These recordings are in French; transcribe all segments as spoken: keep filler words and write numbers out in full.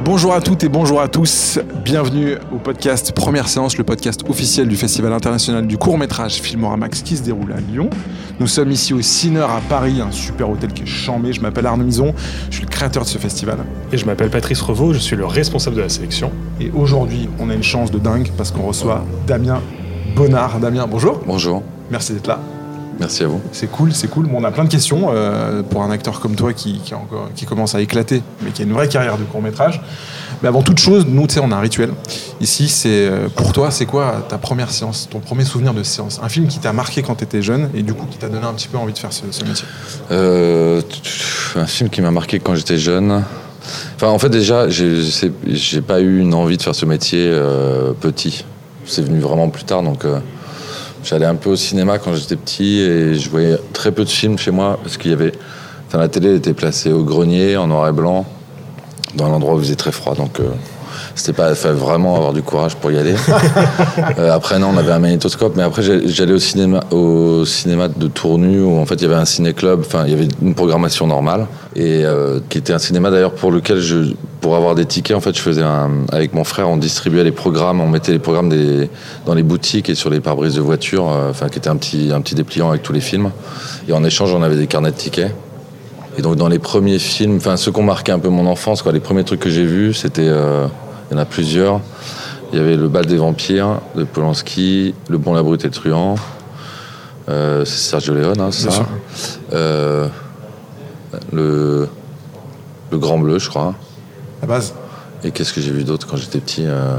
Bonjour à toutes et bonjour à tous, bienvenue au podcast Première Séance, le podcast officiel du Festival international du court-métrage Filmoramax qui se déroule à Lyon. Nous sommes ici au Ciner à Paris, un super hôtel qui est chambé. Je m'appelle Arnaud Mison, je suis le créateur de ce festival. Et je m'appelle Patrice Revaux, je suis le responsable de la sélection. Et aujourd'hui, on a une chance de dingue parce qu'on reçoit Damien Bonnard. Damien, bonjour. Bonjour. Merci d'être là. Merci à vous. C'est cool, c'est cool. Bon, on a plein de questions euh, pour un acteur comme toi qui, qui, encore, qui commence à éclater, mais qui a une vraie carrière de court-métrage. Mais avant toute chose, nous, tu sais, on a un rituel. Ici, c'est pour toi, c'est quoi ta première séance, ton premier souvenir de séance? Un film qui t'a marqué quand tu étais jeune et du coup qui t'a donné un petit peu envie de faire ce, ce métier. Euh, un film qui m'a marqué quand j'étais jeune. Enfin, en fait, déjà, j'ai, j'ai pas eu une envie de faire ce métier euh, petit. C'est venu vraiment plus tard, donc. Euh, J'allais un peu au cinéma quand j'étais petit et je voyais très peu de films chez moi parce qu'il y avait... Enfin, la télé était placée au grenier, en noir et blanc, dans un endroit où il faisait très froid. Donc, euh, c'était pas... Il fallait vraiment avoir du courage pour y aller. euh, après, non, on avait un magnétoscope. Mais après, j'allais au cinéma, au cinéma de Tournu où, en fait, il y avait un ciné-club. Enfin, il y avait une programmation normale. Et euh, qui était un cinéma, d'ailleurs, pour lequel je... Pour avoir des tickets, en fait, je faisais un... Avec mon frère, on distribuait les programmes, on mettait les programmes des... dans les boutiques et sur les pare-brises de voitures, enfin, euh, qui était un petit, un petit dépliant avec tous les films. Et en échange, on avait des carnets de tickets. Et donc, dans les premiers films, enfin, ceux qui ont marqué un peu mon enfance, quoi, les premiers trucs que j'ai vus, c'était, euh... il y en a plusieurs. Il y avait Le Bal des vampires de Polanski, Le Bon, la Brute et le Truand. Euh, c'est Sergio Leone, hein, c'est ça. Euh... Le... le Grand Bleu, je crois. La base. Et qu'est-ce que j'ai vu d'autre quand j'étais petit euh...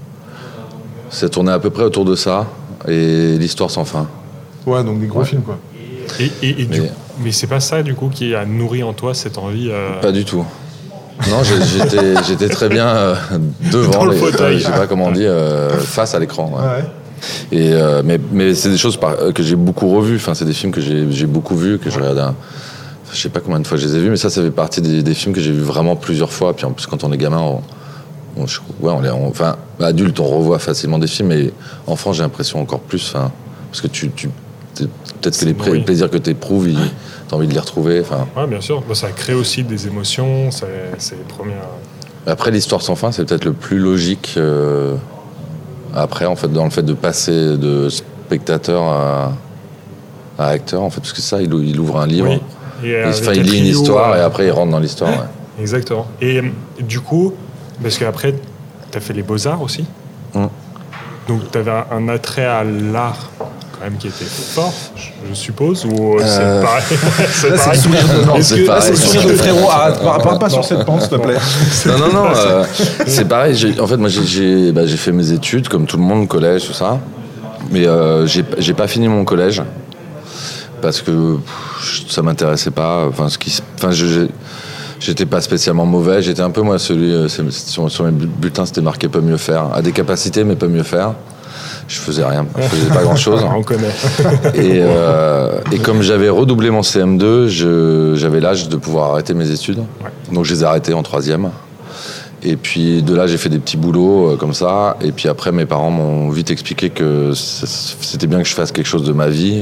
Ça tournait à peu près autour de ça. Et L'Histoire sans fin. Ouais, donc des gros ouais. films, quoi. Et, et, et du... mais... mais c'est pas ça, du coup, qui a nourri en toi cette envie euh... Pas du tout. Non, j'étais, j'étais très bien euh, devant, le les, fauteuil. Euh, je sais pas comment on dit, euh, face à l'écran. Ouais. Ouais. Et, euh, mais, mais c'est des choses par, que j'ai beaucoup revues. Enfin, c'est des films que j'ai, j'ai beaucoup vus, que je regardais. Un... Je sais pas combien de fois je les ai vus, mais ça, ça fait partie des, des films que j'ai vus vraiment plusieurs fois. Puis en plus, quand on est gamin, on, on, ouais, on, on, enfin, adulte, on revoit facilement des films. Mais enfant, j'ai l'impression encore plus. Enfin, parce que tu, tu peut-être que les oui. plaisirs que tu éprouves, il... t'as envie de les retrouver. Oui, bien sûr. Bah, ça crée aussi des émotions. C'est, c'est les premières... Après, L'Histoire sans fin, c'est peut-être le plus logique. Euh... Après, en fait, dans le fait de passer de spectateur à, à acteur, en fait, parce que ça, il, il ouvre un livre, oui. et il, enfin, il lit une histoire euh... et après il rentre dans l'histoire. Ouais. Exactement. Et du coup, parce qu'après, tu as fait les Beaux-Arts aussi. Mm. Donc, tu avais un, un attrait à l'art quand même qui était fort, je suppose, ou euh... c'est pareil. C'est là, pareil. C'est le sourire de, non, c'est pareil. C'est le sourire de frérot. Arrête, parle, parle pas sur cette pente, s'il te plaît. Non, non, non. Euh, c'est pareil. J'ai, en fait, moi, j'ai, j'ai, bah, j'ai fait mes études, comme tout le monde, collège, tout ça. Mais euh, j'ai, j'ai pas fini mon collège parce que pff, ça m'intéressait pas. Enfin, ce qui, enfin, je, j'ai, j'étais pas spécialement mauvais. J'étais un peu moi celui euh, sur, sur mes bulletins, c'était marqué pas mieux faire, à des capacités, mais pas mieux faire. Je faisais rien, je faisais pas grand chose. On connaît. Et, euh, et comme j'avais redoublé mon C M deux, je, j'avais l'âge de pouvoir arrêter mes études. Ouais. Donc je les ai arrêtées en troisième. Et puis de là, j'ai fait des petits boulots euh, comme ça. Et puis après, mes parents m'ont vite expliqué que c'était bien que je fasse quelque chose de ma vie.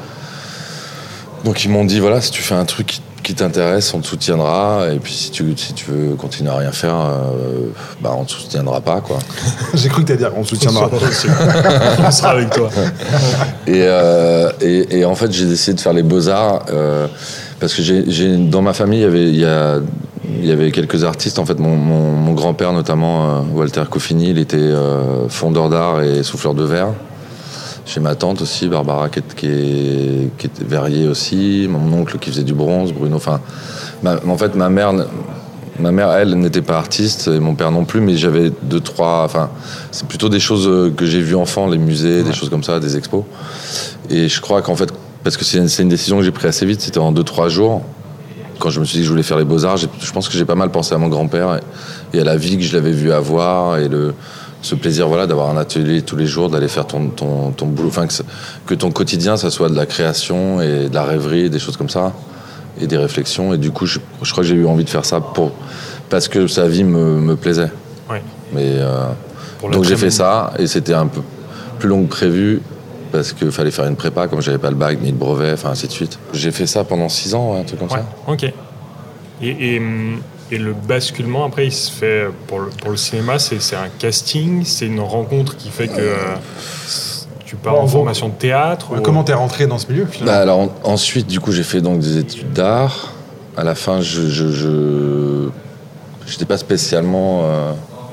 Donc ils m'ont dit, voilà, si tu fais un truc qui, qui t'intéresse, on te soutiendra. Et puis si tu, si tu veux continuer à rien faire, euh, bah on te soutiendra pas, quoi. J'ai cru que t'allais dire, on te soutiendra. On sera avec toi. Et, euh, et, et en fait, j'ai décidé de faire les Beaux-Arts euh, parce que j'ai, j'ai, dans ma famille, il y avait, il y a, il y avait quelques artistes. En fait, mon, mon, mon grand-père, notamment euh, Walter Coffini, il était euh, fondeur d'art et souffleur de verre. Chez ma tante aussi, Barbara, qui, est, qui, est, qui était verrier aussi. Mon oncle qui faisait du bronze, Bruno. Enfin, ma, en fait, ma mère, ma mère, elle, n'était pas artiste, et mon père non plus, mais j'avais deux, trois... Enfin, c'est plutôt des choses que j'ai vues enfant, les musées, ouais. Des choses comme ça, des expos. Et je crois qu'en fait, parce que c'est une, c'est une décision que j'ai prise assez vite, c'était en deux, trois jours. Quand je me suis dit que je voulais faire les Beaux-Arts, j'ai, je pense que j'ai pas mal pensé à mon grand-père et, et à la vie que je l'avais vu avoir et le... ce plaisir, voilà, d'avoir un atelier tous les jours, d'aller faire ton, ton, ton boulot, enfin que, que ton quotidien, ça soit de la création et de la rêverie, des choses comme ça, et des réflexions. Et du coup, je, je crois que j'ai eu envie de faire ça pour, parce que sa vie me, me plaisait. Ouais. Mais, euh, donc j'ai fait ça, et c'était un peu plus long que prévu, parce qu'il fallait faire une prépa, comme j'avais pas le bac, ni le brevet, enfin ainsi de suite. J'ai fait ça pendant six ans, ouais, un truc comme ouais. ça. Ok. Et... et Et le basculement, après, il se fait pour le, pour le cinéma, c'est, c'est un casting, c'est une rencontre qui fait que euh, tu pars bon, en bon, formation de théâtre. Ouais, ou... Comment t'es rentré dans ce milieu finalement? Bah, alors, en, ensuite, du coup, j'ai fait donc des études d'art. À la fin, je, je, je j'étais pas spécialement, euh,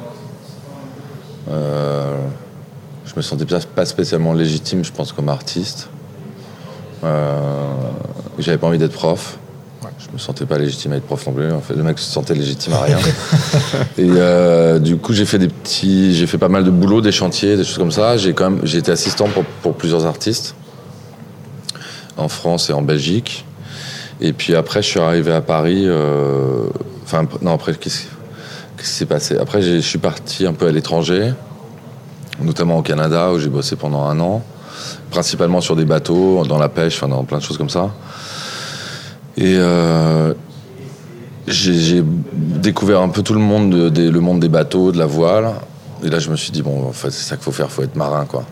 euh, je me sentais pas spécialement légitime, je pense, comme artiste. Euh, j'avais pas envie d'être prof. Ouais. Je me sentais pas légitime à être prof non plus. En fait, le mec se sentait légitime à rien. Et euh, du coup, j'ai fait des petits, j'ai fait pas mal de boulot, des chantiers, des choses comme ça. J'ai quand même, j'ai été assistant pour, pour plusieurs artistes en France et en Belgique. Et puis après, je suis arrivé à Paris. Euh, enfin, non, après, qu'est-ce, qu'est-ce qui s'est passé? Après, je suis parti un peu à l'étranger, notamment au Canada, où j'ai bossé pendant un an, principalement sur des bateaux, dans la pêche, enfin, dans plein de choses comme ça. Et euh, j'ai, j'ai découvert un peu tout le monde, de, de, le monde des bateaux, de la voile. Et là, je me suis dit, bon, en fait, c'est ça qu'il faut faire, il faut être marin, quoi.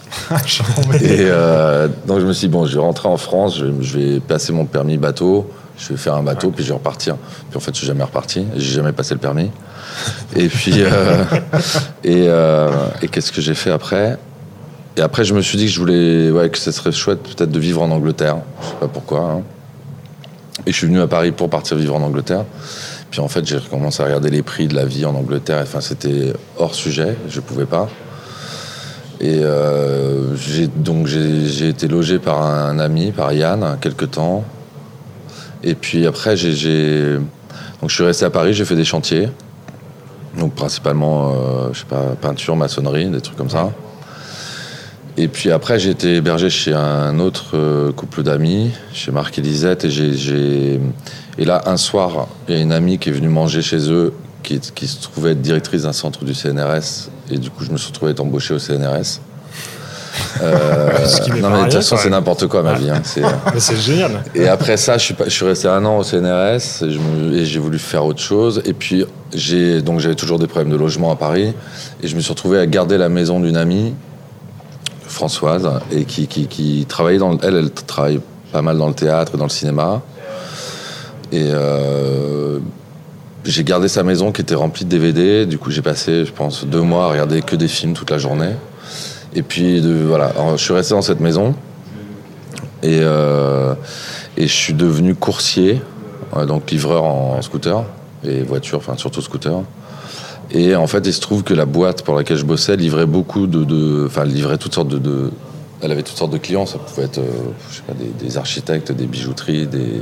Et euh, donc je me suis dit, bon, je vais rentrer en France, je vais, je vais passer mon permis bateau, je vais faire un bateau, ouais. Puis je vais repartir. Puis en fait, je suis jamais reparti, j'ai jamais passé le permis. Et puis, euh, et, euh, et qu'est-ce que j'ai fait après? Et après, je me suis dit que je voulais, ouais, que ce serait chouette peut-être de vivre en Angleterre. Je sais pas pourquoi. Hein. Et je suis venu à Paris pour partir vivre en Angleterre. Puis en fait, j'ai commencé à regarder les prix de la vie en Angleterre. Enfin, c'était hors sujet, je pouvais pas. Et euh, j'ai, donc j'ai, j'ai été logé par un ami, par Yann, quelque temps. Et puis après, j'ai, j'ai... Donc, je suis resté à Paris, j'ai fait des chantiers. Donc principalement, euh, je sais pas, peinture, maçonnerie, des trucs comme ça. Et puis après, j'ai été hébergé chez un autre euh, couple d'amis, chez Marc et Lisette. Et, j'ai, j'ai... et là, un soir, il y a une amie qui est venue manger chez eux, qui, qui se trouvait être directrice d'un centre du C N R S. Et du coup, je me suis retrouvé être embauché au C N R S. Euh, non, mais de toute façon, c'est n'importe quoi ma vie. Hein. C'est, mais c'est génial. Et après ça, je suis, pas, je suis resté un an au C N R S et, je me, et j'ai voulu faire autre chose. Et puis, j'ai, donc, j'avais toujours des problèmes de logement à Paris. Et je me suis retrouvé à garder la maison d'une amie, Françoise, et qui, qui, qui travaillait dans. Elle, elle travaille pas mal dans le théâtre et dans le cinéma. Et. Euh, J'ai gardé sa maison qui était remplie de D V D. Du coup, j'ai passé, je pense, deux mois à regarder que des films toute la journée. Et puis, de, voilà, alors, je suis resté dans cette maison. Et, euh, et je suis devenu coursier, donc livreur en scooter et voiture, enfin surtout scooter. Et en fait, il se trouve que la boîte pour laquelle je bossais livrait beaucoup de... de enfin, livrait toutes sortes de, de... Elle avait toutes sortes de clients. Ça pouvait être, euh, je sais pas, des, des architectes, des bijouteries, des...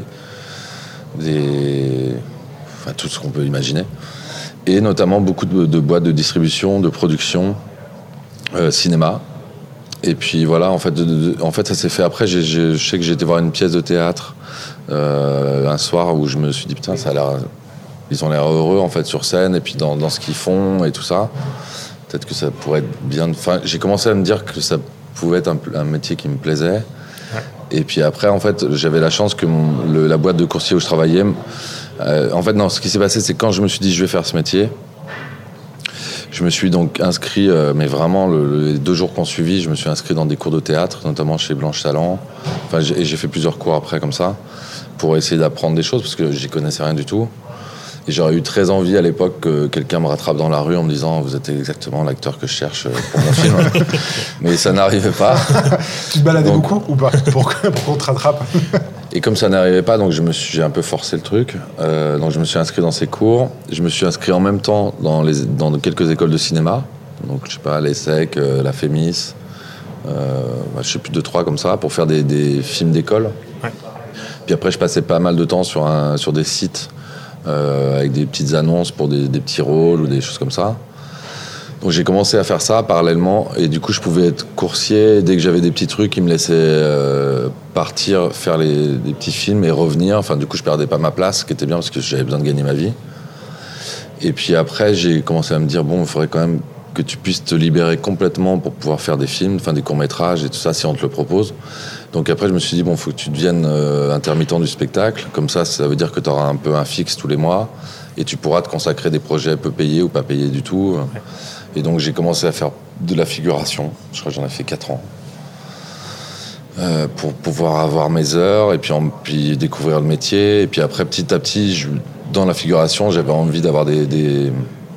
des Enfin, tout ce qu'on peut imaginer. Et notamment beaucoup de, de boîtes de distribution, de production, euh, cinéma. Et puis voilà, en fait, de, de, en fait ça s'est fait après. J'ai, j'ai, je sais que j'ai été voir une pièce de théâtre euh, un soir où je me suis dit, putain, ça a l'air, ils ont l'air heureux en fait sur scène et puis dans, dans ce qu'ils font et tout ça. Peut-être que ça pourrait être bien. Enfin, j'ai commencé à me dire que ça pouvait être un, un métier qui me plaisait. Ouais. Et puis après, en fait, j'avais la chance que mon, le, la boîte de coursier où je travaillais. Euh, en fait, non, ce qui s'est passé, c'est que quand je me suis dit je vais faire ce métier, je me suis donc inscrit, euh, mais vraiment, le, les deux jours qu'on suivit, je me suis inscrit dans des cours de théâtre, notamment chez Blanche Salan. Enfin, j'ai, et j'ai fait plusieurs cours après, comme ça, pour essayer d'apprendre des choses, parce que j'y connaissais rien du tout. Et j'aurais eu très envie à l'époque que quelqu'un me rattrape dans la rue en me disant « Vous êtes exactement l'acteur que je cherche pour mon film ». Mais ça n'arrivait pas. Tu te baladais donc, beaucoup ou pas pour, pour qu'on te rattrape? Et comme ça n'arrivait pas, donc je me suis, j'ai un peu forcé le truc. Euh, donc je me suis inscrit dans ces cours. Je me suis inscrit en même temps dans, les, dans quelques écoles de cinéma. Donc je sais pas, l'ESSEC, euh, la FEMIS, euh, bah, je sais plus, deux, trois comme ça, pour faire des, des films d'école. Ouais. Puis après, je passais pas mal de temps sur, un, sur des sites euh, avec des petites annonces pour des, des petits rôles ou des choses comme ça. Donc j'ai commencé à faire ça parallèlement et du coup je pouvais être coursier. Dès que j'avais des petits trucs, ils me laissaient euh, partir faire les, des petits films et revenir. Enfin du coup je perdais pas ma place, ce qui était bien parce que j'avais besoin de gagner ma vie. Et puis après j'ai commencé à me dire bon, il faudrait quand même que tu puisses te libérer complètement pour pouvoir faire des films, enfin des courts-métrages et tout ça si on te le propose. Donc après je me suis dit bon, il faut que tu deviennes euh, intermittent du spectacle. Comme ça, ça veut dire que tu auras un peu un fixe tous les mois et tu pourras te consacrer des projets peu payés ou pas payés du tout. Ouais. Et donc j'ai commencé à faire de la figuration. Je crois que j'en ai fait quatre ans. euh, pour pouvoir avoir mes heures et puis, en, puis découvrir le métier. Et puis après, petit à petit, je, dans la figuration, j'avais envie d'avoir des... des,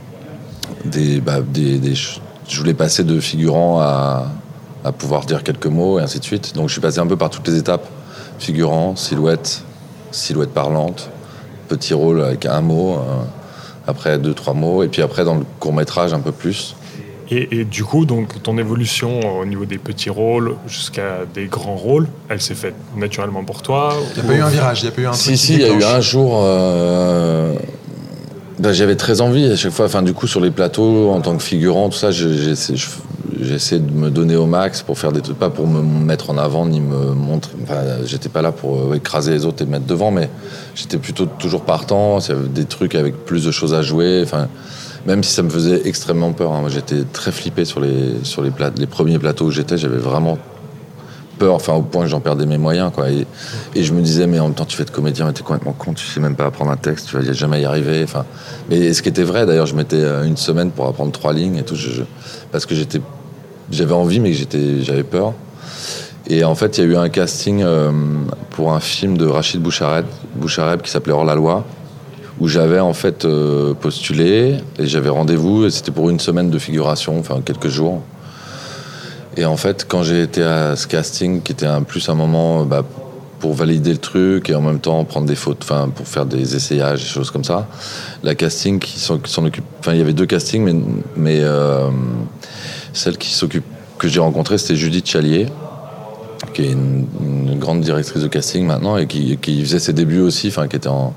des, bah, des, des je voulais passer de figurant à, à pouvoir dire quelques mots et ainsi de suite. Donc je suis passé un peu par toutes les étapes. Figurant, silhouette, silhouette parlante, petit rôle avec un mot, euh, après deux, trois mots, et puis après dans le court-métrage un peu plus. Et, et du coup, donc, ton évolution au niveau des petits rôles jusqu'à des grands rôles, elle s'est faite naturellement pour toi? Il n'y a pas eu un virage, il n'y a pas eu un truc Si, qui si, il y a eu déclenche. un jour... Euh, ben, j'avais très envie à chaque fois, enfin du coup sur les plateaux en tant que figurant, tout ça, j'essaie, j'essaie de me donner au max pour faire des trucs, pas pour me mettre en avant ni me montrer. Enfin, j'étais pas là pour écraser les autres et me mettre devant, mais j'étais plutôt toujours partant. Il y avait des trucs avec plus de choses à jouer. Enfin, même si ça me faisait extrêmement peur, hein. Moi, j'étais très flippé sur les sur les plats, les premiers plateaux où j'étais. J'avais vraiment peur, enfin au point que j'en perdais mes moyens, quoi. Et, et je me disais, mais en même temps, tu fais de comédien, mais t'es complètement con, tu sais même pas apprendre un texte, tu vas jamais y arriver. Enfin, mais ce qui était vrai, d'ailleurs, je mettais une semaine pour apprendre trois lignes et tout, je, je, parce que j'étais, j'avais envie, mais que j'étais, j'avais peur. Et en fait, il y a eu un casting euh, pour un film de Rachid Bouchareb, Bouchareb qui s'appelait Hors la loi, où j'avais en fait euh, postulé et j'avais rendez-vous. Et c'était pour une semaine de figuration, enfin quelques jours. Et en fait, quand j'ai été à ce casting, qui était un, plus un moment bah, pour valider le truc et en même temps prendre des fautes, enfin pour faire des essayages, des choses comme ça, la casting qui s'en, qui s'en occupe, enfin il y avait deux castings, mais, mais euh, celle qui s'occupe, que j'ai rencontrée, c'était Judith Chalier, qui est une, une grande directrice de casting maintenant et qui, qui faisait ses débuts aussi, enfin qui était en...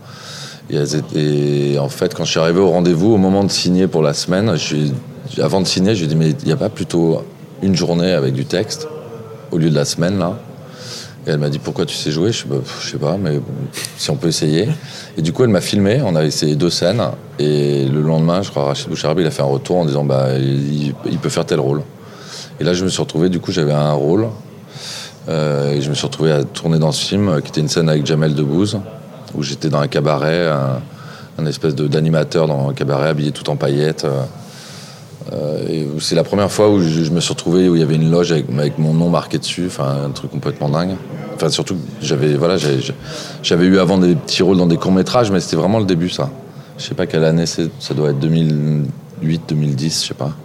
Et en fait, quand je suis arrivé au rendez-vous, au moment de signer pour la semaine, je suis, avant de signer, je lui ai dit, mais il n'y a pas plutôt une journée avec du texte au lieu de la semaine là? Et elle m'a dit, pourquoi tu sais jouer? Je, bah, je sais pas, mais bon, si on peut essayer. Et du coup, elle m'a filmé, on a essayé deux scènes, et le lendemain, je crois, Rachid Bouchareb, il a fait un retour en disant, bah, il, il peut faire tel rôle. Et là, je me suis retrouvé, du coup, j'avais un rôle, euh, et je me suis retrouvé à tourner dans ce film, qui était une scène avec Jamel Debbouze, où j'étais dans un cabaret, un, un espèce de, d'animateur dans un cabaret, habillé tout en paillettes. Euh, euh, et c'est la première fois où je, je me suis retrouvé, où il y avait une loge avec, avec mon nom marqué dessus, enfin un truc complètement dingue. Enfin surtout, j'avais, voilà, j'avais, j'avais eu avant des petits rôles dans des courts-métrages, mais c'était vraiment le début, ça. Je sais pas quelle année c'est, ça doit être deux mille huit, deux mille dix, je sais pas.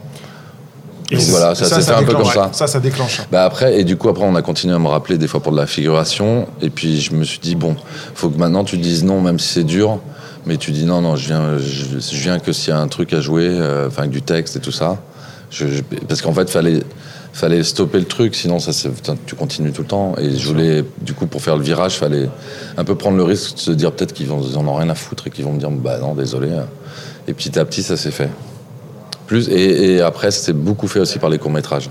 Et donc voilà, ça, ça s'est fait un peu comme ça. Ça, ça déclenche. Bah après, et du coup, après, on a continué à me rappeler des fois pour de la figuration. Et puis, je me suis dit, bon, faut que maintenant tu dises non, même si c'est dur. Mais tu dis non, non, je viens, je, je viens que s'il y a un truc à jouer, euh, enfin, avec du texte et tout ça. Je, je, parce qu'en fait, fallait, fallait stopper le truc, sinon ça, c'est, putain, tu continues tout le temps. Et je voulais, du coup, pour faire le virage, fallait un peu prendre le risque de se dire peut-être qu'ils vont, ils en ont rien à foutre et qu'ils vont me dire, bah non, désolé. Et petit à petit, ça s'est fait. Plus, et, et après, c'était beaucoup fait aussi par les courts-métrages.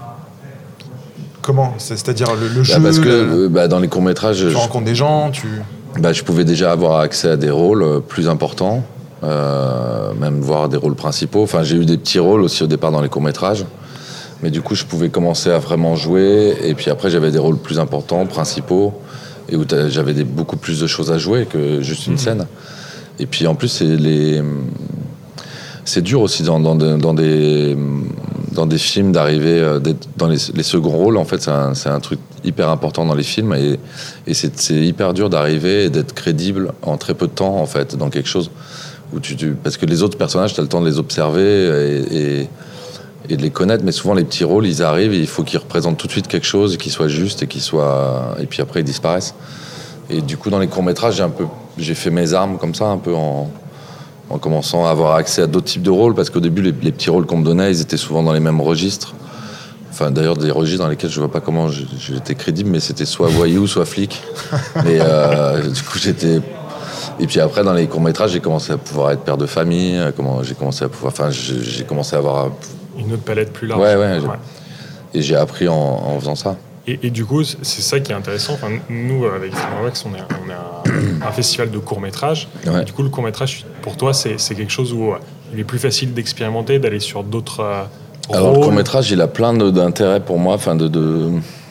Comment? C'est-à-dire le, le jeu bah Parce que le... bah, dans les courts-métrages... Tu je... rencontres des gens, tu... Bah, je pouvais déjà avoir accès à des rôles plus importants, euh, même voir des rôles principaux. Enfin, j'ai eu des petits rôles aussi au départ dans les courts-métrages. Mais du coup, je pouvais commencer à vraiment jouer. Et puis après, j'avais des rôles plus importants, principaux, et où j'avais des, beaucoup plus de choses à jouer que juste une mmh. scène. Et puis en plus, c'est les... C'est dur aussi dans, dans, dans, des, dans des films d'arriver d'être dans les, les seconds rôles. En fait, c'est un, c'est un truc hyper important dans les films et, et c'est, c'est hyper dur d'arriver et d'être crédible en très peu de temps, en fait, dans quelque chose où tu, tu parce que les autres personnages, tu as le temps de les observer et, et, et de les connaître, mais souvent les petits rôles, ils arrivent et il faut qu'ils représentent tout de suite quelque chose, qui soit juste et qui soit, et puis après ils disparaissent. Et du coup, dans les courts métrages, j'ai un peu, j'ai fait mes armes comme ça, un peu en en commençant à avoir accès à d'autres types de rôles, parce qu'au début, les, les petits rôles qu'on me donnait, ils étaient souvent dans les mêmes registres. Enfin, d'ailleurs, des registres dans lesquels je vois pas comment j'étais crédible, mais c'était soit voyou, soit flic. Mais euh, du coup, j'étais... Et puis après, dans les courts-métrages, j'ai commencé à pouvoir être père de famille, comment j'ai commencé à pouvoir... Enfin, j'ai, j'ai commencé à avoir... Une autre palette plus large. Ouais, ouais. ouais. Et j'ai appris en, en faisant ça. Et, et du coup, c'est ça qui est intéressant. Enfin, nous, avec Frameworks, on est, on est un, un festival de court-métrage. Ouais. Du coup, le court-métrage, pour toi, c'est, c'est quelque chose où il est plus facile d'expérimenter, d'aller sur d'autres euh, rôles. Alors, le court-métrage, il a plein de, d'intérêts pour moi. Enfin, de, de...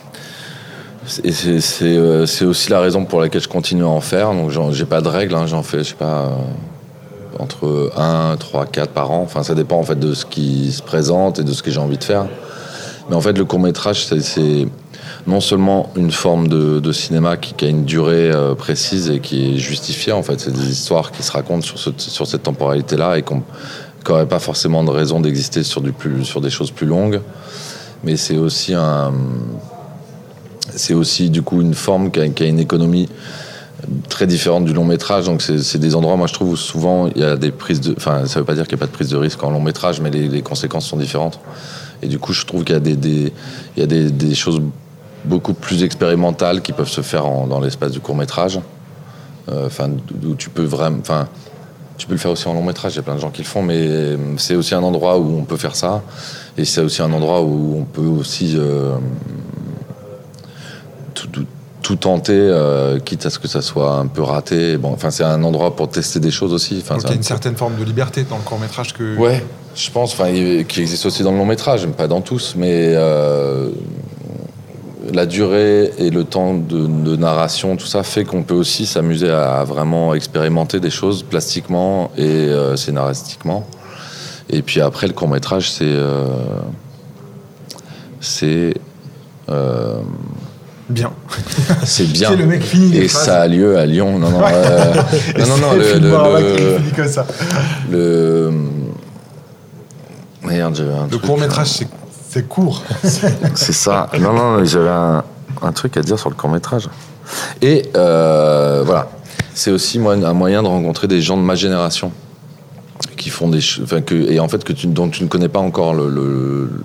Et c'est, c'est, euh, c'est aussi la raison pour laquelle je continue à en faire. Donc, genre, j'ai pas de règles. Hein. J'en fais, je sais pas, euh, entre un, trois, quatre par an. Enfin, ça dépend, en fait, de ce qui se présente et de ce que j'ai envie de faire. Mais en fait, le court-métrage, c'est... c'est... non seulement une forme de, de cinéma qui, qui a une durée euh, précise et qui est justifiée, en fait. C'est des histoires qui se racontent sur, ce, sur cette temporalité-là et qu'on n'aurait pas forcément de raison d'exister sur, du plus, sur des choses plus longues. Mais c'est aussi, un, c'est aussi du coup une forme qui a, qui a une économie très différente du long métrage. Donc c'est, c'est des endroits, moi je trouve, où souvent il y a des prises de... Enfin, ça veut pas dire qu'il n'y a pas de prise de risque en long métrage, mais les, les conséquences sont différentes. Et du coup, je trouve qu'il y a des, des, il y a des, des choses beaucoup plus expérimentales qui peuvent se faire en, dans l'espace du court métrage. Enfin, euh, où tu peux vraiment... Enfin, tu peux le faire aussi en long métrage, il y a plein de gens qui le font, mais c'est aussi un endroit où on peut faire ça. Et c'est aussi un endroit où on peut aussi euh, tout, tout, tout tenter, euh, quitte à ce que ça soit un peu raté. Bon, enfin, c'est un endroit pour tester des choses aussi. Enfin, donc il y a une un... certaine forme de liberté dans le court métrage que... Ouais, je pense, enfin, qui existe aussi dans le long métrage, pas dans tous, mais euh, la durée et le temps de, de narration, tout ça fait qu'on peut aussi s'amuser à vraiment expérimenter des choses plastiquement et euh, scénaristiquement. Et puis après, le court-métrage, c'est... Euh, c'est... Euh, bien. C'est bien. C'est le mec fini. Et ça a lieu à Lyon. Non, non, euh, non, non, non, le... le, le, le, comme ça. le merde, j'avais un le truc... court-métrage, c'est, c'est court. C'est ça. Non, non, j'avais un, un truc à dire sur le court-métrage. Et euh, voilà. C'est aussi moi, un moyen de rencontrer des gens de ma génération. Qui font des ch- enfin que et en fait que tu dont tu ne connais pas encore le le, le,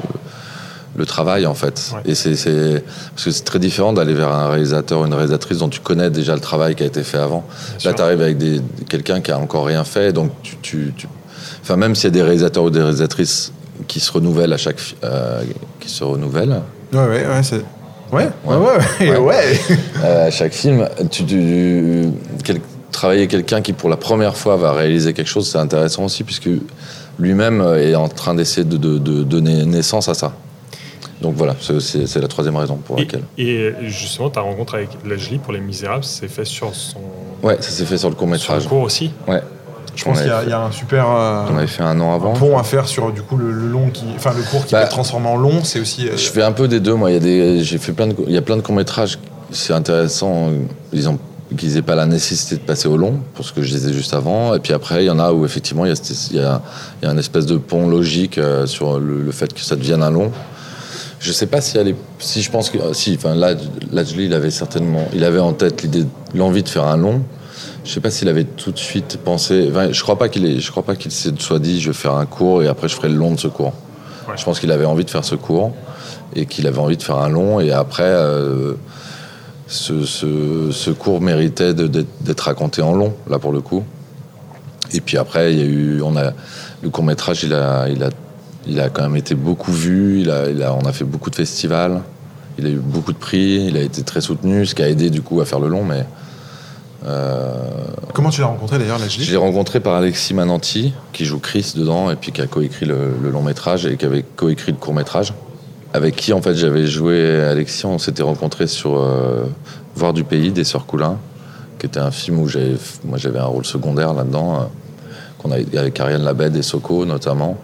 le travail en fait ouais. Et c'est c'est parce que c'est très différent d'aller vers un réalisateur une réalisatrice dont tu connais déjà le travail qui a été fait avant. Bien là tu arrives avec des quelqu'un qui a encore rien fait, donc tu tu, tu enfin même s'il y a des réalisateurs ou des réalisatrices qui se renouvellent à chaque euh, qui se renouvellent ouais ouais ouais c'est ouais ouais ouais ouais, ouais. ouais. Euh, à chaque film tu, tu quel, travailler quelqu'un qui pour la première fois va réaliser quelque chose, c'est intéressant aussi puisque lui-même est en train d'essayer de, de, de donner naissance à ça. Donc voilà, c'est, c'est, c'est la troisième raison pour et, laquelle. Et justement, ta rencontre avec Lajli pour Les Misérables, c'est fait sur son... Ouais, ça s'est fait sur le court-métrage. Sur le court aussi. Ouais. Je pense qu'il y a, il y a un super... Euh, on avait fait un an avant. Un pont à faire sur du coup le, le long qui... Enfin le court qui bah, peut être transformé en long, c'est aussi... Euh... Je fais un peu des deux, moi. Il y a des, j'ai fait plein de, il y a plein de courts-métrages, c'est intéressant, ils ont qu'ils n'aient pas la nécessité de passer au long, pour ce que je disais juste avant. Et puis après, il y en a où effectivement, il y a, il y a, il y a un espèce de pont logique euh, sur le, le fait que ça devienne un long. Je sais pas si elle est, si je pense que, si, enfin, Lajli, il avait certainement, il avait en tête l'idée, l'envie de faire un long. Je sais pas s'il avait tout de suite pensé. Enfin, je crois pas qu'il ait, je crois pas qu'il se soit dit, je vais faire un court et après je ferai le long de ce court. Ouais. Je pense qu'il avait envie de faire ce court et qu'il avait envie de faire un long et après. Euh, Ce, ce, ce court méritait de, d'être, d'être raconté en long, là pour le coup. Et puis après, il y a eu, on a, le court métrage, il a, il a, il a quand même été beaucoup vu. Il a, il a, on a fait beaucoup de festivals. Il a eu beaucoup de prix. Il a été très soutenu, ce qui a aidé du coup à faire le long. Mais euh, comment tu l'as rencontré d'ailleurs, Lajli ? Je l'ai rencontré par Alexis Mananti, qui joue Chris dedans et puis qui a coécrit le, le long métrage et qui avait coécrit le court métrage. Avec qui en fait j'avais joué Alexis, on s'était rencontrés sur euh, Voir du pays des Sœurs Coulin, qui était un film où j'avais, moi j'avais un rôle secondaire là-dedans, euh, qu'on a avec Ariane Labed et Soko notamment.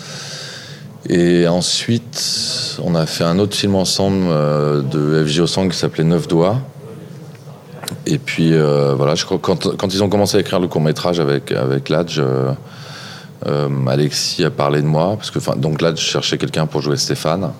Et ensuite, on a fait un autre film ensemble euh, de F J Ossang qui s'appelait Neuf Doigts. Et puis euh, voilà, je crois quand quand ils ont commencé à écrire le court métrage avec avec Ladj. Euh, euh, Alexis a parlé de moi parce que donc Ladj cherchait quelqu'un pour jouer Stéphane.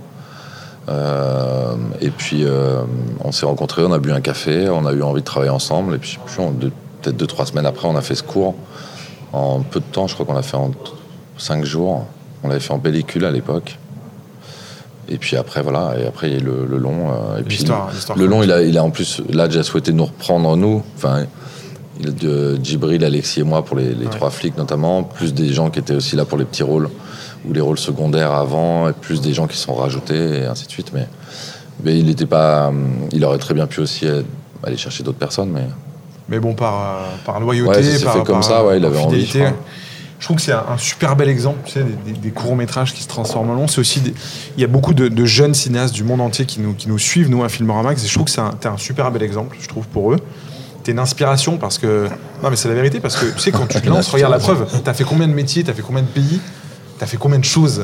Euh, et puis euh, on s'est rencontrés, on a bu un café, on a eu envie de travailler ensemble et puis, puis on, de, peut-être deux trois semaines après on a fait ce cours en peu de temps, je crois qu'on l'a fait en cinq jours, on l'avait fait en pellicule à l'époque et puis après voilà, et après il y a eu le, le long euh, et puis l'histoire, le, l'histoire le long il a, il a en plus là déjà souhaité nous reprendre nous, enfin il, de Djibril, Alexis et moi pour les, les ouais. trois flics notamment, plus des gens qui étaient aussi là pour les petits rôles ou les rôles secondaires avant, et plus des gens qui sont rajoutés, et ainsi de suite. Mais, mais il était pas, il aurait très bien pu aussi aller chercher d'autres personnes, mais. Mais bon, par par loyauté, ouais, ça s'est par, fait comme par, ça, ouais, il avait envie. Je, je trouve que c'est un, un super bel exemple, tu sais, des, des, des courts métrages qui se transforment en long. C'est aussi, des, il y a beaucoup de, de jeunes cinéastes du monde entier qui nous qui nous suivent, nous à Filmoramax, et je trouve que c'est un, t'es un super bel exemple, je trouve pour eux. T'es une inspiration parce que non, mais c'est la vérité parce que tu sais quand tu te lances, regarde la preuve. T'as fait combien de métiers, t'as fait combien de pays. T'as fait combien de choses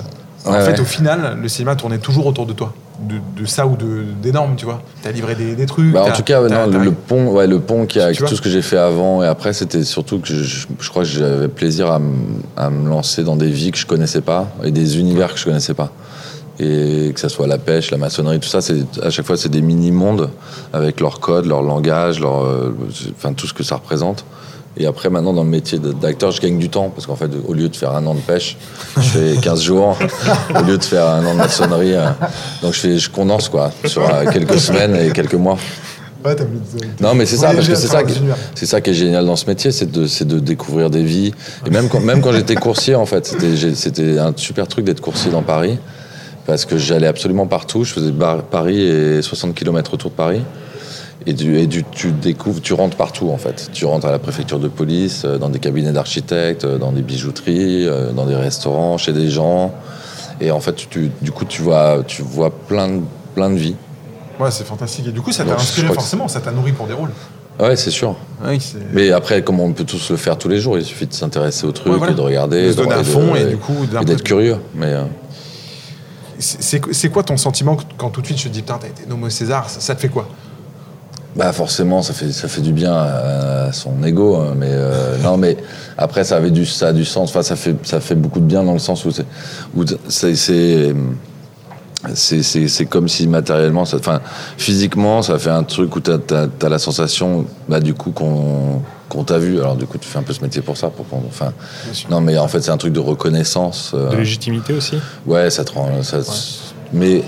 en ouais, fait, ouais. au final, le cinéma tournait toujours autour de toi. De, de ça ou de, d'énorme, tu vois. T'as livré des, des trucs. Bah, en t'as, tout cas, ouais, t'as, non, t'as... le, le pont, ouais, le pont qui a, Tu tout ce que j'ai fait avant et après, c'était surtout que je, je crois que j'avais plaisir à, m- à me lancer dans des vies que je connaissais pas et des univers que je connaissais pas. Et que ça soit la pêche, la maçonnerie, tout ça, c'est, à chaque fois, c'est des mini-mondes avec leur code, leur langage, leur, euh, enfin, tout ce que ça représente. Et après, maintenant, dans le métier d'acteur, je gagne du temps. Parce qu'en fait, au lieu de faire un an de pêche, je fais quinze jours. Au lieu de faire un an de maçonnerie. Euh, donc, je, fais, je condense, quoi, sur euh, quelques semaines et quelques mois. Ouais, t'as mis de... Non, mais c'est ça, parce que c'est ça, qui, l'univers. c'est ça qui est génial dans ce métier, c'est de, c'est de découvrir des vies. Et même quand, même quand j'étais coursier, en fait, c'était, j'ai, c'était un super truc d'être coursier dans Paris. Parce que j'allais absolument partout. Je faisais bar, Paris et soixante kilomètres autour de Paris. Et, du, et du, tu découvres, tu rentres partout en fait. Tu rentres à la préfecture de police, dans des cabinets d'architectes, dans des bijouteries, dans des restaurants, chez des gens. Et en fait, tu, du coup, tu vois, tu vois plein, de, plein de vies. Ouais, c'est fantastique. Et du coup, ça t'a Donc, inspiré je crois forcément, ça t'a nourri pour des rôles. Ouais, c'est sûr. Oui, c'est... Mais après, comme on peut tous le faire tous les jours, il suffit de s'intéresser aux trucs Ouais, voilà. et de regarder. De se donner de, à fond de, et du coup... et d'être curieux. Mais, euh... c'est, c'est, c'est quoi ton sentiment quand tout de suite je te dis putain, t'as été nommé au César, ça, ça te fait quoi? Bah forcément, ça fait ça fait du bien à son ego, hein, mais euh, non, mais après ça avait du ça a du sens. Enfin, ça fait ça fait beaucoup de bien dans le sens où c'est où c'est c'est c'est, c'est, c'est comme si matériellement, ça, enfin physiquement, ça fait un truc où t'as t'as, t'as la sensation, bah du coup qu'on qu'on t'a vu. Alors du coup, tu fais un peu ce métier pour ça, pour enfin non, mais en fait c'est un truc de reconnaissance, euh, de légitimité aussi. Ouais, ça te rend ça, ouais. Mais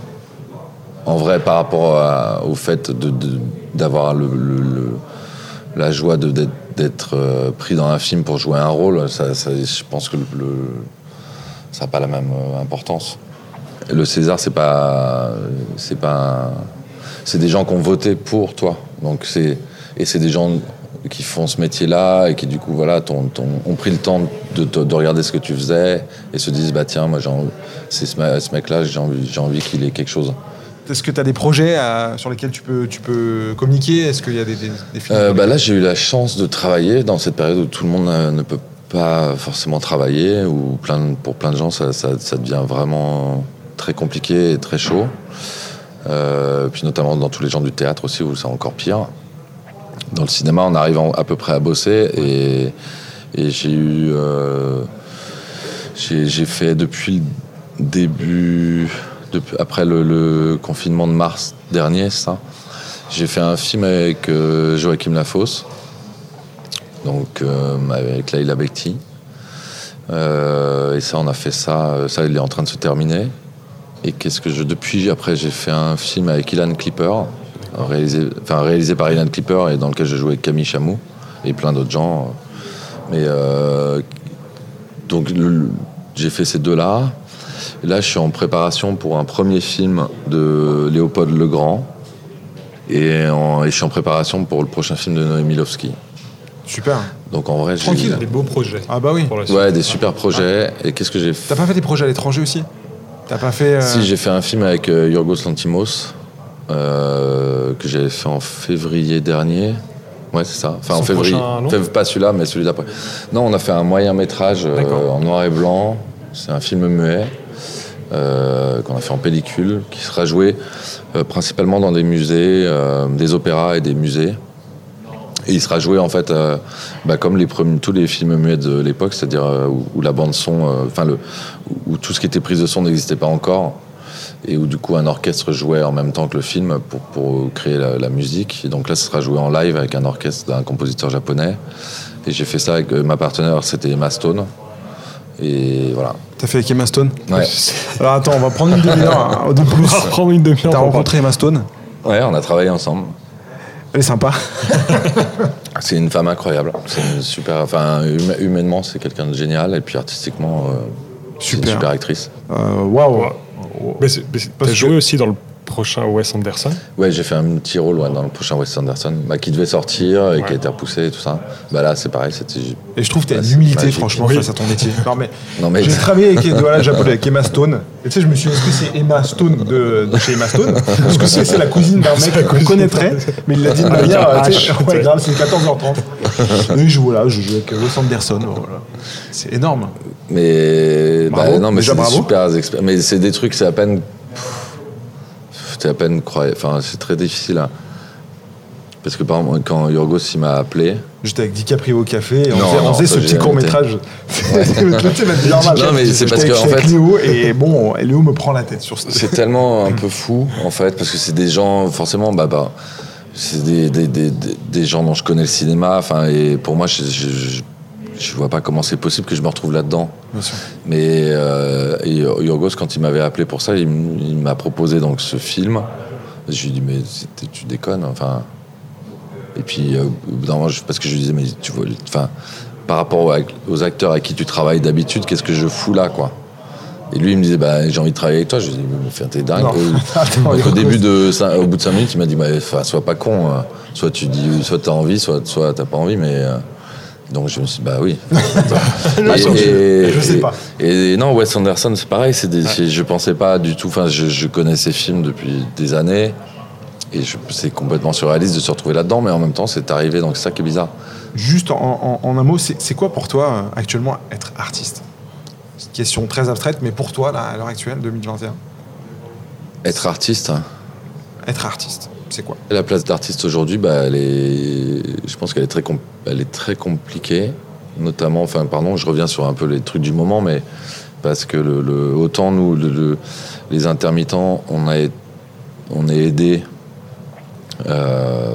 en vrai, par rapport à, au fait de, de, d'avoir le, le, le, la joie de, d'être, d'être euh, pris dans un film pour jouer un rôle, ça, ça, je pense que le, le, ça n'a pas la même euh, importance. Et le César, c'est pas, c'est pas, un, c'est des gens qui ont voté pour toi. Donc c'est, et c'est des gens qui font ce métier-là et qui du coup voilà, ton, ton, ont pris le temps de, de, de regarder ce que tu faisais et se disent bah tiens, moi j'ai envie, c'est ce, ce mec-là, j'ai envie, j'ai envie qu'il ait quelque chose. Est-ce que tu as des projets à, sur lesquels tu peux, tu peux communiquer? Est-ce qu'il y a des, des, des films euh, bah Là, j'ai eu la chance de travailler dans cette période où tout le monde euh, ne peut pas forcément travailler, où plein de, pour plein de gens, ça, ça, ça devient vraiment très compliqué et très chaud. Euh, puis notamment dans tous les gens du théâtre aussi, où c'est encore pire. Dans le cinéma, on arrive en, à peu près à bosser. Et, et j'ai eu... Euh, j'ai, j'ai fait depuis le début... Depuis, après le, le confinement de mars dernier, ça, j'ai fait un film avec euh, Joachim Lafosse, donc euh, avec Laila Bekti. Euh, et ça, on a fait ça. Ça, il est en train de se terminer. Et qu'est-ce que je depuis après, j'ai fait un film avec Ilan Clipper, réalisé, enfin réalisé par Ilan Clipper et dans lequel je jouais avec Camille Chamou et plein d'autres gens. Mais euh, donc le, j'ai fait ces deux-là. Et là, je suis en préparation pour un premier film de Léopold Legrand. Et, en, et je suis en préparation pour le prochain film de Noémie Lovski. Super. Donc en vrai, Tranquille. Des beaux projets. Ah bah oui. Pour la suite. Ouais, des super projets. Et qu'est-ce que j'ai fait? T'as pas fait des projets à l'étranger aussi? T'as pas fait... Euh... Si, j'ai fait un film avec euh, Yorgos Lanthimos, euh, que j'avais fait en février dernier. Ouais, c'est ça. Enfin, Son en février. prochain Pas celui-là, mais celui d'après. Non, on a fait un moyen métrage euh, en noir et blanc. C'est un film muet. Euh, qu'on a fait en pellicule, qui sera joué euh, principalement dans des musées, euh, des opéras et des musées. Et il sera joué en fait euh, bah, comme les premiers, tous les films muets de l'époque, c'est-à-dire euh, où, où la bande son, enfin euh, le, où tout ce qui était prise de son n'existait pas encore, et où du coup un orchestre jouait en même temps que le film pour, pour créer la, la musique. Et donc là, ce sera joué en live avec un orchestre d'un compositeur japonais. Et j'ai fait ça avec euh, ma partenaire, c'était Emma Stone. Et voilà. T'as fait avec Emma Stone? Ouais. Alors attends, on va prendre une demi-heure hein, de plus. On va prendre une demi-heure. T'as rencontré Emma Stone? Ouais, on a travaillé ensemble. Elle est sympa. C'est une femme incroyable. C'est une super. Enfin, humainement, c'est quelqu'un de génial. Et puis artistiquement, euh, c'est une super actrice. Waouh. Wow. Mais, c'est, mais c'est, t'as joué aussi dans le prochain Wes Anderson. Ouais, j'ai fait un petit rôle ouais, dans le prochain Wes Anderson, bah, qui devait sortir et ouais. qui a été repoussé et tout ça. Bah là, c'est pareil. C'était... Et je trouve que tu as une humilité, magique. Franchement, oui. face à ton métier. Non, mais, non, mais... j'ai travaillé avec, voilà, avec Emma Stone. Et tu sais, je me suis dit, est-ce que c'est Emma Stone de, de chez Emma Stone? Parce que c'est, c'est la cousine d'un mec qu'on connaîtrait, mais il l'a dit de manière. Ouais, grave, c'est quatorze heures trente. Et je, voilà, je joue avec Wes Anderson. Voilà. C'est énorme. Mais. Bravo. Bah, non, mais déjà, c'est bravo. des super expériences. Mais c'est des trucs, c'est à peine. C'est à peine croyable. Enfin, c'est très difficile à. Parce que par exemple, quand Yorgos il m'a appelé. J'étais avec DiCaprio au café et on non, faisait, non, on faisait ce petit court-métrage. Non, mais c'est parce que en fait. Léo et bon, Léo me prend la tête sur ce. C'est tellement un peu fou, en fait, parce que c'est des gens, forcément, bah, bah c'est des, des, des, des gens dont je connais le cinéma. Enfin, et pour moi, je, je, je, je vois pas comment c'est possible que je me retrouve là-dedans. Bien sûr. Mais euh, et Yorgos, quand il m'avait appelé pour ça, il, il m'a proposé donc ce film. Je lui ai dit, mais tu déconnes, enfin. Et puis, euh, non, parce que je lui disais, mais tu vois, enfin, par rapport aux acteurs avec qui tu travailles d'habitude, qu'est-ce que je fous là, quoi? Et lui, il me disait, bah, j'ai envie de travailler avec toi. Je lui ai dit, mais t'es dingue. Attends, donc, au début de, au bout de cinq minutes, il m'a dit, bah, sois pas con. Hein. Soit tu dis, soit t'as envie, soit, soit t'as pas envie, mais. Euh... Donc je me suis dit, bah oui. et, et, je sais pas. Et, et non, Wes Anderson, c'est pareil. C'est des, ouais. Je pensais pas du tout. Enfin, je, je connais ses films depuis des années. Et je, c'est complètement surréaliste de se retrouver là-dedans, mais en même temps, c'est arrivé, donc c'est ça qui est bizarre. Juste en, en, en un mot, c'est, c'est quoi pour toi, actuellement, être artiste? C'est une question très abstraite, mais pour toi, là, à l'heure actuelle, deux mille vingt et un. Être artiste Être artiste, c'est quoi? La place d'artiste aujourd'hui, bah, elle est... je pense qu'elle est très, compl... elle est très compliquée, notamment, enfin, pardon, je reviens sur un peu les trucs du moment, mais parce que le, le... autant nous, le, le... les intermittents, on, a... on est aidés. Euh,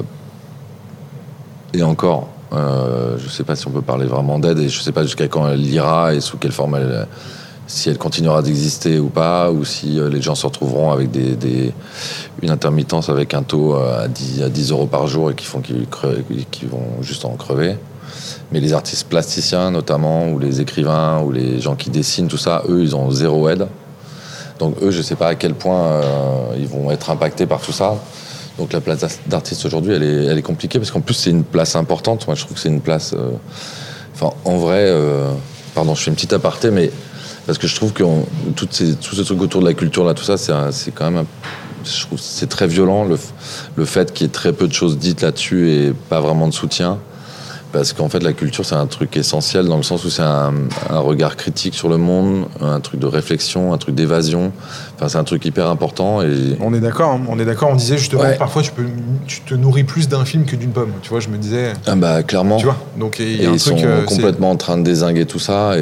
et encore, euh, je ne sais pas si on peut parler vraiment d'aide, et je ne sais pas jusqu'à quand elle ira et sous quelle forme elle, si elle continuera d'exister ou pas, ou si euh, les gens se retrouveront avec des, des, une intermittence avec un taux à dix, à dix euros par jour et qui font qu'ils, crevent, qu'ils vont juste en crever. Mais les artistes plasticiens notamment, ou les écrivains, ou les gens qui dessinent, tout ça, eux, ils ont zéro aide. Donc eux, je ne sais pas à quel point euh, ils vont être impactés par tout ça. Donc la place d'artiste aujourd'hui, elle est, elle est compliquée parce qu'en plus c'est une place importante. Moi, je trouve que c'est une place. Euh, enfin, en vrai, euh, pardon, je fais une petite aparté, mais parce que je trouve que on, toutes ces, tout ce truc autour de la culture là, tout ça, c'est, un, c'est quand même, un, je trouve, que c'est très violent le, le fait qu'il y ait très peu de choses dites là-dessus et pas vraiment de soutien. Parce qu'en fait, la culture, c'est un truc essentiel dans le sens où c'est un, un regard critique sur le monde, un truc de réflexion, un truc d'évasion. Enfin, c'est un truc hyper important. Et... On est d'accord, hein, on est d'accord. On disait justement ouais. que parfois, tu, peux, tu te nourris plus d'un film que d'une pomme. Tu vois, je me disais... Ah bah, clairement. Tu vois, donc il y a et un ils truc... sont euh, complètement c'est... en train de dézinguer tout ça.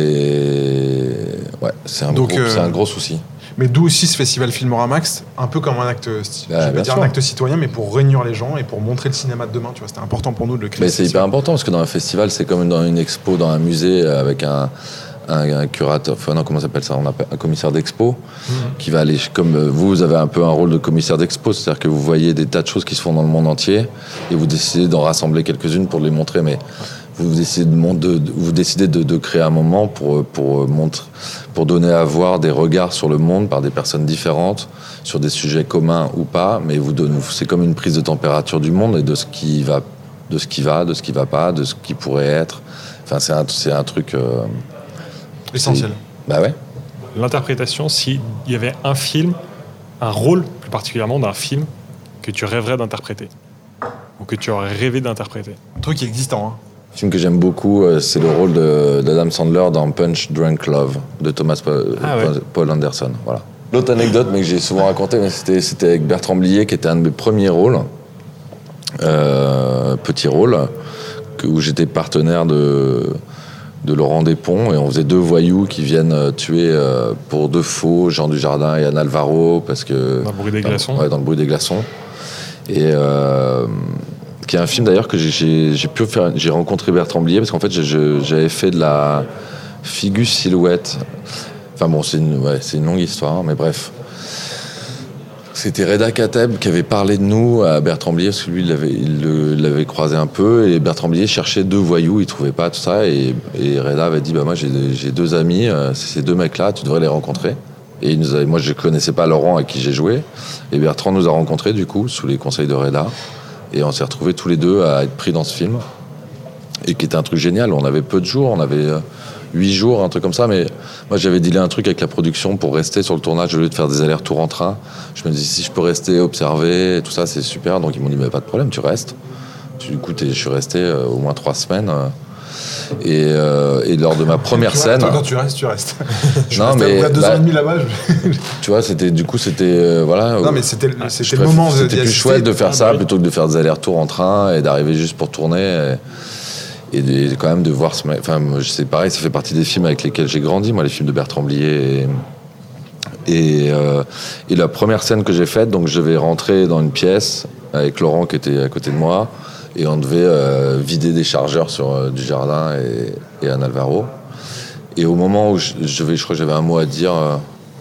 Et ouais, c'est un, donc, gros, euh... c'est un gros souci. Mais d'où aussi ce festival Filmoramax, un peu comme un acte, bah, je vais dire un acte citoyen, mais pour réunir les gens et pour montrer le cinéma de demain. Tu vois, c'était important pour nous de le créer. Mais c'est hyper important parce que dans un festival, c'est comme dans une expo, dans un musée avec un, un, un curateur, enfin non, comment ça s'appelle ça, on appelle un commissaire d'expo, mmh. qui va aller, comme vous, vous avez un peu un rôle de commissaire d'expo, c'est-à-dire que vous voyez des tas de choses qui se font dans le monde entier et vous décidez d'en rassembler quelques-unes pour les montrer, mais vous décidez de, de, de, vous décidez de, de créer un moment pour, pour, montrer, pour donner à voir des regards sur le monde par des personnes différentes, sur des sujets communs ou pas, mais vous donne, c'est comme une prise de température du monde et de ce qui va, de ce qui va, de ce qui va pas, de ce qui pourrait être. Enfin, c'est un, c'est un truc euh, essentiel. Bah ouais. L'interprétation, s'il y avait un film, un rôle plus particulièrement d'un film que tu rêverais d'interpréter ou que tu aurais rêvé d'interpréter. Un truc existant, hein. Un film que j'aime beaucoup, c'est le rôle de, d'Adam Sandler dans Punch Drunk Love de Thomas Paul, ah ouais. Paul Anderson. Voilà. L'autre anecdote, mais que j'ai souvent raconté, mais c'était, c'était avec Bertrand Blier, qui était un de mes premiers rôles, euh, petit rôle, que, où j'étais partenaire de, de Laurent Despons, et on faisait deux voyous qui viennent tuer euh, pour de faux Jean Dujardin et Anne Alvaro, parce que dans le bruit des glaçons. Ouais, dans le bruit des glaçons. Et euh, qui est un film d'ailleurs que j'ai, j'ai, j'ai pu faire. J'ai rencontré Bertrand Blier parce qu'en fait je, j'avais fait de la figure silhouette. Enfin bon, c'est une, ouais, c'est une longue histoire, mais bref. C'était Reda Kateb qui avait parlé de nous à Bertrand Blier parce que lui il l'avait, il le, l'avait croisé un peu et Bertrand Blier cherchait deux voyous, il trouvait pas tout ça et, et Reda avait dit bah moi j'ai, j'ai deux amis, c'est ces deux mecs là, tu devrais les rencontrer. Et il nous a, moi, je connaissais pas Laurent avec qui j'ai joué. Et Bertrand nous a rencontrés, du coup, sous les conseils de Reda. Et on s'est retrouvés tous les deux à être pris dans ce film. Et qui était un truc génial. On avait peu de jours, on avait huit jours, un truc comme ça. Mais moi, j'avais dealé un truc avec la production pour rester sur le tournage au lieu de faire des allers-retours en train. Je me dis, si je peux rester, observer, et tout ça, c'est super. Donc ils m'ont dit, mais pas de problème, tu restes. Du coup, je suis resté euh, au moins trois semaines. Euh, et, euh, et lors de ma première scène. Attends, quand tu restes, tu restes. Je non, mais. À deux bah, ans et demi là-bas. Je... tu vois, c'était, du coup, c'était. Euh, voilà. Non, mais c'était, c'était le moment. C'était plus chouette de faire ah, ça bah, plutôt que de faire des allers-retours en train et d'arriver juste pour tourner. Et, et, de, et quand même de voir. Ce, enfin, c'est pareil, ça fait partie des films avec lesquels j'ai grandi, moi, les films de Bertrand Blier. Et, et, euh, et la première scène que j'ai faite, donc je vais rentrer dans une pièce avec Laurent qui était à côté de moi. Et on devait euh, vider des chargeurs sur euh, du Jardin et, et Anne Alvaro. Et au moment où je, je, vais, je crois que j'avais un mot à dire, euh,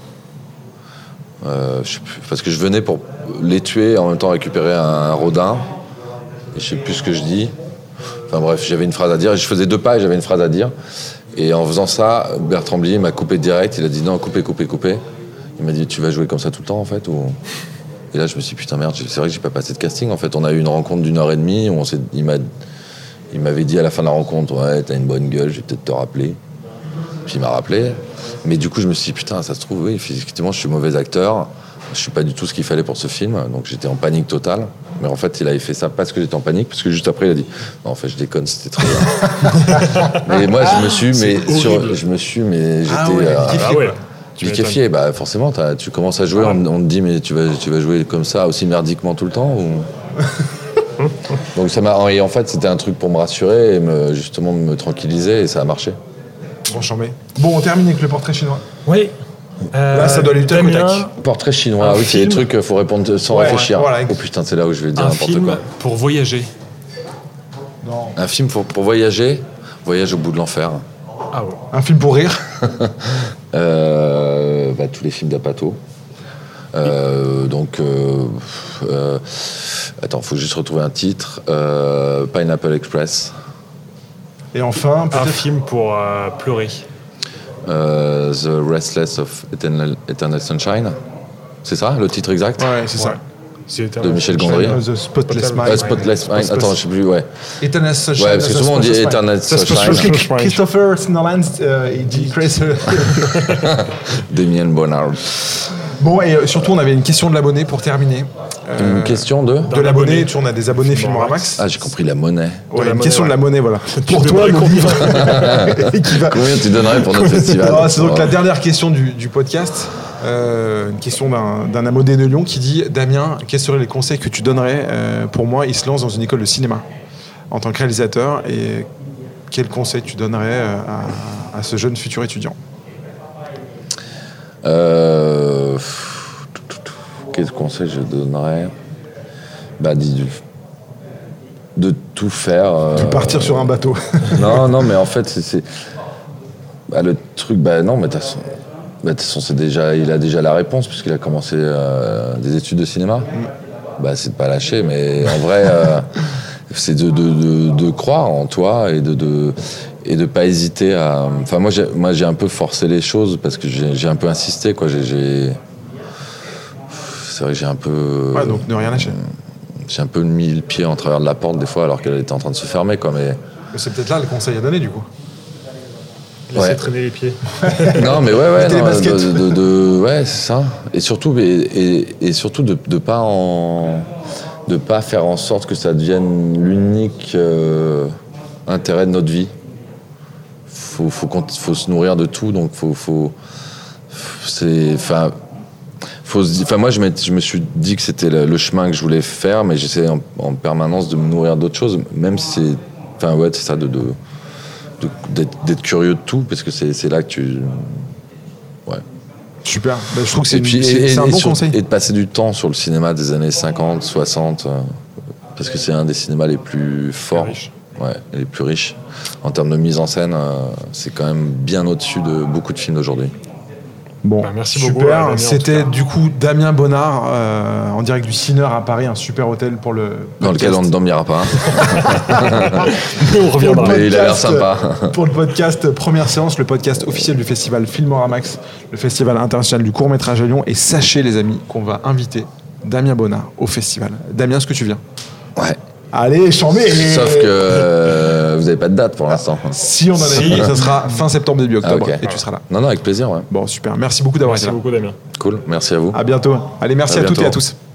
euh, je sais plus, parce que je venais pour les tuer et en même temps récupérer un, un rodin. Et je sais plus ce que je dis. Enfin bref, j'avais une phrase à dire. Je faisais deux pas et j'avais une phrase à dire. Et en faisant ça, Bertrand Blier m'a coupé direct. Il a dit non, coupez, coupez, coupez. Il m'a dit tu vas jouer comme ça tout le temps en fait ou... Et là, je me suis dit, putain, merde, c'est vrai que j'ai pas passé de casting. En fait, on a eu une rencontre d'une heure et demie où on s'est, il, m'a, il m'avait dit à la fin de la rencontre, ouais, t'as une bonne gueule, je vais peut-être te rappeler. Puis il m'a rappelé. Mais du coup, je me suis dit, putain, ça se trouve, oui, effectivement, je suis mauvais acteur. Je suis pas du tout ce qu'il fallait pour ce film. Donc j'étais en panique totale. Mais en fait, il avait fait ça parce que j'étais en panique. Parce que juste après, il a dit, non, en fait, je déconne, c'était très bien. Mais moi, je me suis, mais, sur, je me suis, mais j'étais. Ah ouais, euh, ah ouais. Liquéfié, bah forcément, tu commences à jouer, on, on te dit mais tu vas, tu vas jouer comme ça aussi merdiquement tout le temps ou... Donc ça m'a, et en fait c'était un truc pour me rassurer et me, justement me tranquilliser et ça a marché. Bon, chambé. Bon, on termine avec le portrait chinois. Oui. Euh, là, ça doit aller du tac au tac. Portrait chinois, oui, c'est des trucs qu'il faut répondre sans ouais, réfléchir. Voilà. Oh putain, c'est là où je vais dire un n'importe film quoi. Pour voyager. Non. Un film pour, pour voyager, Voyage au bout de l'enfer. Ah ouais. Un film pour rire. euh, bah, tous les films d'Apato. Euh, donc, euh, euh, attends, faut juste retrouver un titre. Euh, Pineapple Express. Et enfin, un film pour euh, pleurer. Euh, The Restless of Eternal, Eternal Sunshine. C'est ça, le titre exact? Ouais, c'est ouais. ça. C'est de Michel Gondry. The Spotless Mind. Uh, Spotless Mind. Ouais. Attends, je sais plus, ouais. Eternal Sunshine. Ouais, parce que souvent on dit Eternal Sunshine. Christopher Nolan, euh, il dit Chris. Damien Bonnard. Bon, et surtout, on avait une question de l'abonné pour terminer. Euh, une question de De l'abonné. Tu on a des abonnés Filmoramax. Ah, j'ai compris, la monnaie. Ouais, une monnaie, question ouais. de la monnaie, voilà. Pour toi, le livre. va... Combien tu donnerais pour notre festival? Ah, c'est donc la dernière question du, du podcast. Euh, une question d'un, d'un abonné de Lyon qui dit Damien, quels seraient les conseils que tu donnerais euh, pour moi? Il se lance dans une école de cinéma en tant que réalisateur. Et quels conseils tu donnerais à, à ce jeune futur étudiant? Euh, quel conseil je donnerais? Bah, dis, de tout faire. Euh, de partir sur un bateau. non, non, mais en fait, c'est, c'est bah, le truc. Bah non, mais de toute façon, bah, façon, c'est déjà, il a déjà la réponse puisqu'il a commencé euh, des études de cinéma. Mm. Bah, c'est de pas lâcher, mais en vrai, euh, c'est de, de, de, de croire en toi et de, de et de pas hésiter à. Enfin, moi, j'ai, moi, j'ai un peu forcé les choses parce que j'ai, j'ai un peu insisté, quoi. J'ai, j'ai... C'est vrai que j'ai un peu. Ouais, donc ne rien lâcher. J'ai un peu mis le pied en travers de la porte des fois alors qu'elle était en train de se fermer, quoi. Mais, mais c'est peut-être là le conseil à donner, du coup. Laisser ouais. traîner les pieds. Non, mais ouais, ouais, non, de, de, de, ouais, c'est ça. Et surtout, et, et, et surtout de, de pas en, de pas faire en sorte que ça devienne l'unique euh, intérêt de notre vie. Faut, faut, faut se nourrir de tout, donc faut, faut, c'est, enfin, faut se, enfin, moi, je, je me suis dit que c'était le, le chemin que je voulais faire, mais j'essaie en, en permanence de me nourrir d'autres choses, même si c'est, enfin, ouais, c'est ça, de, de De, d'être, d'être curieux de tout parce que c'est, c'est là que tu ouais super ben, je trouve que c'est, et puis, une, c'est, et, c'est un et bon sur, conseil et de passer du temps sur le cinéma des années cinquante, soixante euh, parce que c'est un des cinémas les plus forts ouais, les plus riches en termes de mise en scène euh, c'est quand même bien au-dessus de beaucoup de films d'aujourd'hui. Bon, bah, merci super. beaucoup. Damien, c'était du coup Damien Bonnard euh, en direct du Sinner à Paris, un super hôtel pour le dans podcast. lequel on ne dormira pas. on reviendra. Mais il a l'air sympa. Pour le podcast Première Séance, le podcast officiel du festival Filmoramax, le festival international du court-métrage à Lyon. Et sachez les amis qu'on va inviter Damien Bonnard au festival. Damien, est-ce que tu viens ? Ouais. Allez, chambé. Sauf que euh, vous n'avez pas de date pour l'instant. Si on en a Si. une, ça sera fin septembre, début octobre. Ah, ok. Et tu seras là. Non, non, avec plaisir, ouais. Bon, super. Merci beaucoup d'avoir été Merci là. beaucoup, Damien. Cool, merci à vous. À bientôt. Allez, merci À à toutes et bientôt. à tous.